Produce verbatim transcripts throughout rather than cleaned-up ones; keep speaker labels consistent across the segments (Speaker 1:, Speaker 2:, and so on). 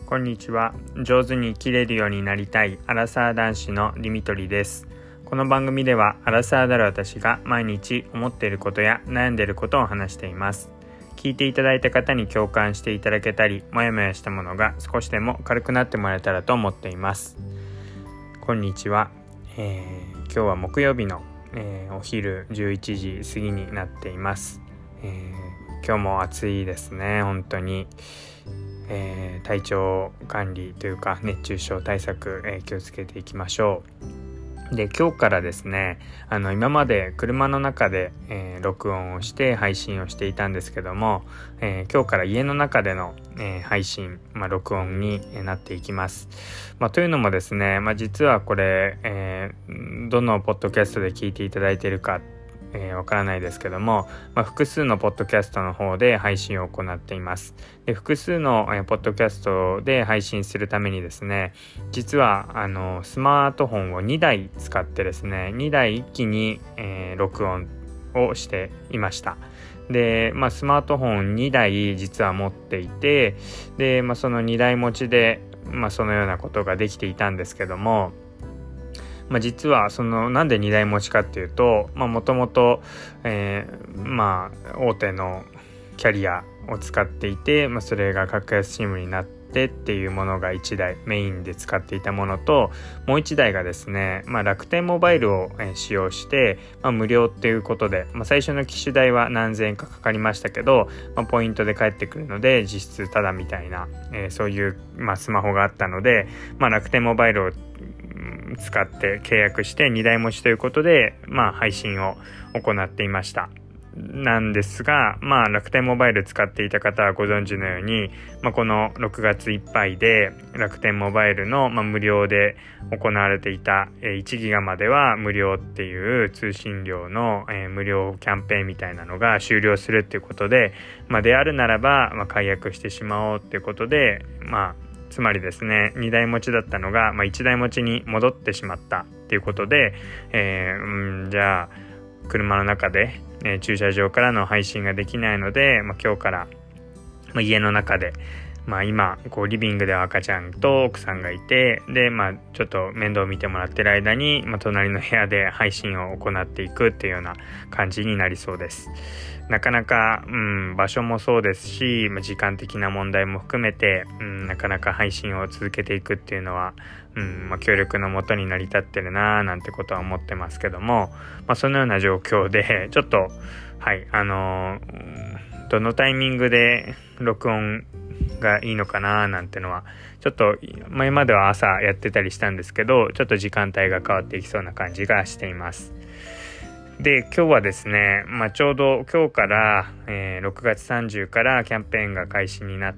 Speaker 1: こんにちは。上手に生きれるようになりたいアラサー男子のディミトリです。この番組ではアラサーである私が毎日思っていることや悩んでいることを話しています。聞いていただいた方に共感していただけたり、もやもやしたものが少しでも軽くなってもらえたらと思っています。こんにちは。えー、今日は木曜日の、えー、お昼じゅういちじ過ぎになっています。えー、今日も暑いですね。本当に。えー、体調管理というか熱中症対策、えー、気をつけていきましょう。で、今日からですね、あの今まで車の中で、えー、録音をして配信をしていたんですけども、えー、今日から家の中での、えー、配信、まあ、録音になっていきます。まあ、というのもですね、まあ、実はこれ、えー、どのポッドキャストで聞いていただいているかえー、わからないですけども、まあ、複数のポッドキャストの方で配信を行っています。で、複数の、えー、ポッドキャストで配信するためにですね、実はあのスマートフォンをにだい使ってですね、にだい一気に、えー、録音をしていました。で、まあ、スマートフォンにだい実は持っていて、で、まあ、そのにだい持ちで、まあ、そのようなことができていたんですけども、まあ、実はそのなんでにだい持ちかっていうと、もともとまあ大手のキャリアを使っていて、まあ、それが格安 SIM になってっていうものがいちだいメインで使っていたものと、もういちだいがですね、まあ、楽天モバイルを使用して、まあ、無料っていうことで、まあ、最初の機種代は何千円かかかりましたけど、まあ、ポイントで返ってくるので実質タダみたいな、えー、そういう、まあ、スマホがあったので、まあ、楽天モバイルを使って契約してにだい持ちということで、まあ、配信を行っていました。なんですが、まあ、楽天モバイル使っていた方はご存知のように、まあ、このろくがついっぱいで楽天モバイルの、まあ、無料で行われていたいちギガまでは無料っていう通信料の、えー、無料キャンペーンみたいなのが終了するっていうことで、まあ、であるならば、まあ、解約してしまおうっていうことで、まあつまりですね、にだい持ちだったのが、まあ、いちだい持ちに戻ってしまったっていうことで、えーうん、じゃあ車の中で、えー、駐車場からの配信ができないので、まあ、今日から、まあ、家の中で、まあ、今こうリビングでは赤ちゃんと奥さんがいて、で、まあ、ちょっと面倒を見てもらってる間に、まあ、隣の部屋で配信を行っていくっていうような感じになりそうです。なかなか、うん、場所もそうですし、時間的な問題も含めて、うん、なかなか配信を続けていくっていうのは、うんまあ、協力のもとに成り立ってるななんてことは思ってますけども、まあ、そのような状況でちょっとはいあのー、どのタイミングで録音がいいのかななんてのはちょっと前までは朝やってたりしたんですけど、ちょっと時間帯が変わっていきそうな感じがしています。で、今日はですね、まあ、ちょうど今日から、えー、ろくがつさんじゅうからキャンペーンが開始になった、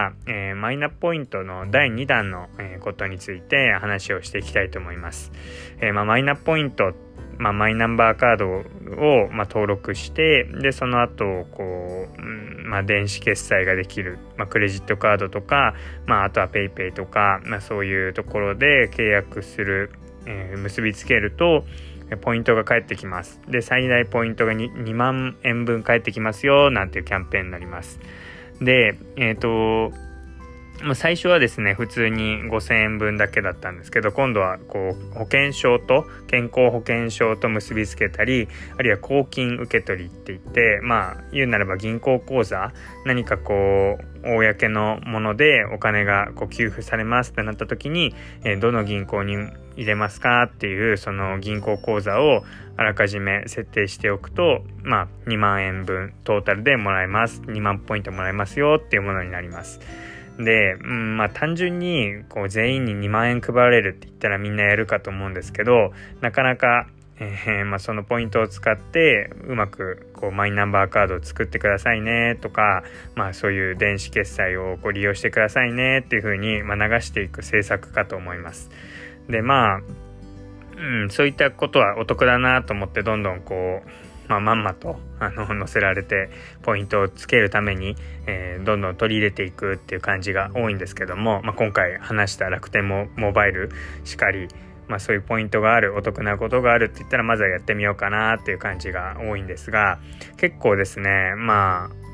Speaker 1: えー、マイナポイントのだいにだんの、えー、ことについて話をしていきたいと思います。えーまあ、マイナポイント、まあ、マイナンバーカードを、まあ、登録して、でその後こう、うんまあ、電子決済ができる、まあ、クレジットカードとか、まあ、あとはペイペイとか、まあ、そういうところで契約する、えー、結びつけるとポイントが返ってきます。で、最大ポイントが 2, にまんえんぶん返ってきますよなんていうキャンペーンになります。で、えっと最初はですね、普通にごせんえんぶんだけだったんですけど、今度はこう保険証と健康保険証と結びつけたり、あるいは公金受け取りって言って、まあ言うならば銀行口座、何かこう公のものでお金がこう給付されますってなった時に、えー、どの銀行に入れますかっていうその銀行口座をあらかじめ設定しておくと、まあにまんえんぶんトータルでもらえます、にまんポイントもらえますよっていうものになります。で、うんまあ、単純にこう全員ににまんえん配られるって言ったらみんなやるかと思うんですけど、なかなか、えーまあ、そのポイントを使ってうまくこうマイナンバーカードを作ってくださいねとか、まあ、そういう電子決済をこう利用してくださいねっていうふうに、まあ、流していく政策かと思います。でまあ、うん、そういったことはお得だなと思ってどんどんこうまあ、まんまとあの載せられてポイントをつけるために、えー、どんどん取り入れていくっていう感じが多いんですけども、まあ、今回話した楽天モバイルしかり、まあ、そういうポイントがある、お得なことがあるって言ったらまずはやってみようかなっていう感じが多いんですが、結構ですね、まあ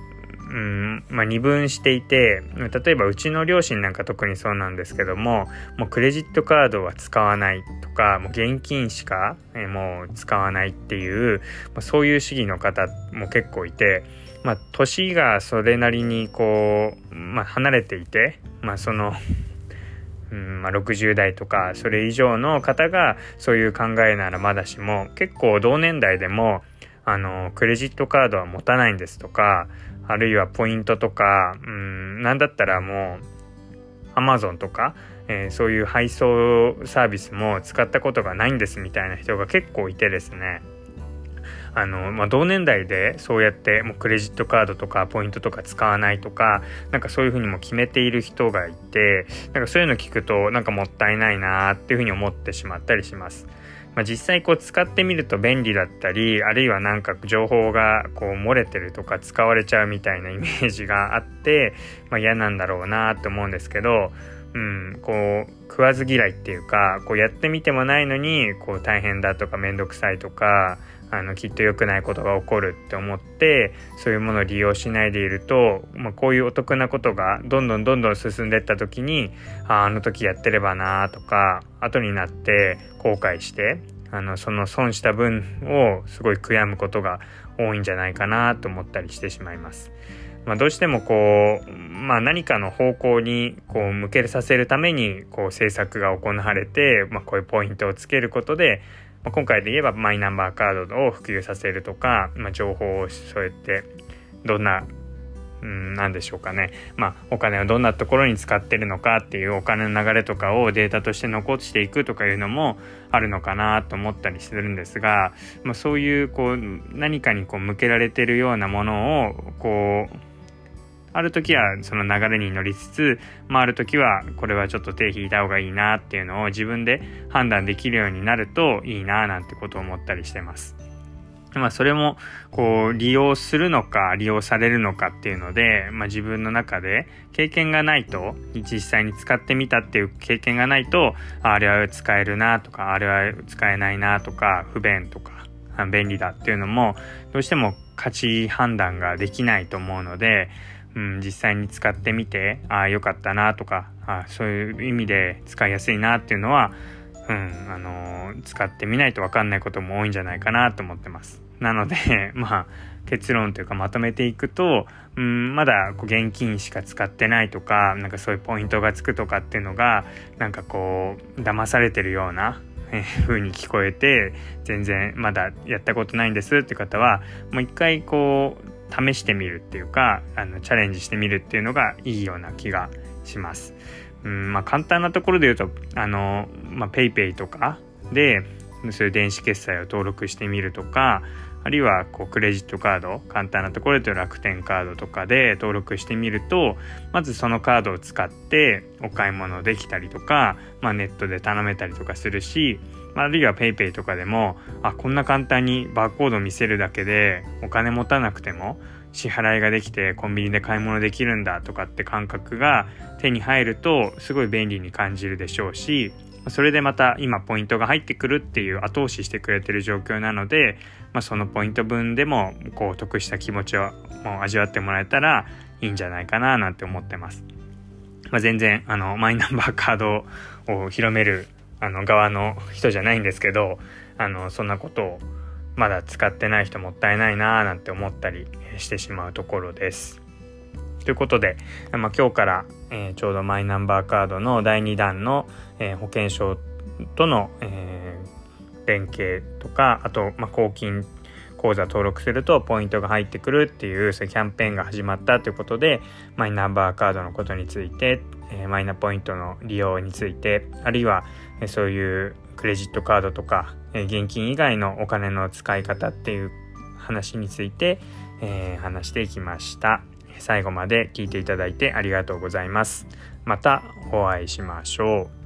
Speaker 1: うんまあ、二分していて、例えばうちの両親なんか特にそうなんですけども、もうクレジットカードは使わないとか、もう現金しか、えー、もう使わないっていう、まあ、そういう主義の方も結構いて、まあ、年がそれなりにこう、まあ、離れていて、まあ、そのうんまあ、ろくじゅう代とかそれ以上の方がそういう考えならまだしも、結構同年代でもあのクレジットカードは持たないんですとか、あるいはポイントとか、うんなんだったらもうアマゾンとか、えー、そういう配送サービスも使ったことがないんですみたいな人が結構いてですね、あの、まあ、同年代でそうやってもうクレジットカードとかポイントとか使わないとか、なんかそういうふうにも決めている人がいて、なんかそういうの聞くとなんかもったいないなっていうふうに思ってしまったりします。まあ、実際こう使ってみると便利だったり、あるいはなんか情報がこう漏れてるとか使われちゃうみたいなイメージがあって、まあ、嫌なんだろうなって思うんですけど、うん、こう食わず嫌いっていうか、こうやってみてもないのにこう大変だとかめんどくさいとか、あのきっと良くないことが起こるって思ってそういうものを利用しないでいると、まあ、こういうお得なことがどんどんどんどん進んでいった時に、あ, あの時やってればなとか、後になって後悔してあのその損した分をすごい悔やむことが多いんじゃないかなと思ったりしてしまいます。まあ、どうしてもこう、まあ、何かの方向にこう向けさせるためにこう政策が行われて、まあ、こういうポイントをつけることで、まあ、今回で言えばマイナンバーカードを普及させるとか、まあ、情報をそうやってどんな、うん、なんでしょうかね、まあ、お金をどんなところに使ってるのかっていうお金の流れとかをデータとして残していくとかいうのもあるのかなと思ったりするんですが、まあ、そういうこう何かにこう向けられてるようなものをこうある時はその流れに乗りつつ、まあ、ある時はこれはちょっと手引いた方がいいなっていうのを自分で判断できるようになるといいななんてことを思ったりしてます。まあそれもこう利用するのか利用されるのかっていうので、まあ、自分の中で経験がないと、実際に使ってみたっていう経験がないと、あれは使えるなとかあれは使えないなとか不便とか便利だっていうのもどうしても価値判断ができないと思うので、うん、実際に使ってみて、ああ良かったなとか、あそういう意味で使いやすいなっていうのは、うんあのー、使ってみないと分かんないことも多いんじゃないかなと思ってます。なのでまあ結論というかまとめていくと、うん、まだこう現金しか使ってないとか、なんかそういうポイントがつくとかっていうのがなんかこう騙されてるような風に聞こえて、全然まだやったことないんですって方はもう一回こう試してみるっていうか、あのチャレンジしてみるっていうのがいいような気がします。うんまあ、簡単なところで言うとあの、まあ、ペイペイとかでそういう電子決済を登録してみるとか、あるいはこうクレジットカード、簡単なところで言うと楽天カードとかで登録してみると、まずそのカードを使ってお買い物できたりとか、まあ、ネットで頼めたりとかするし、あるいはペイペイとかでも、あこんな簡単にバーコードを見せるだけでお金持たなくても支払いができてコンビニで買い物できるんだとかって感覚が手に入るとすごい便利に感じるでしょうし、それでまた今ポイントが入ってくるっていう後押ししてくれてる状況なので、まあ、そのポイント分でもこう得した気持ちをもう味わってもらえたらいいんじゃないかななんて思ってます。まあ、全然あのマイナンバーカードを広めるあの側の人じゃないんですけど、あのそんなことをまだ使ってない人もったいないななんて思ったりしてしまうところです。ということで、まあ、今日から、えー、ちょうどマイナンバーカードのだいに弾の、えー、保険証との、えー、連携とか、あと、まあ、公金口座登録するとポイントが入ってくるっていうそういうキャンペーンが始まったということで、マイナンバーカードのことについて、えー、マイナポイントの利用について、あるいは、えー、そういうクレジットカードとか、えー、現金以外のお金の使い方っていう話について、えー、話していきました。最後まで聞いていただいてありがとうございます。またお会いしましょう。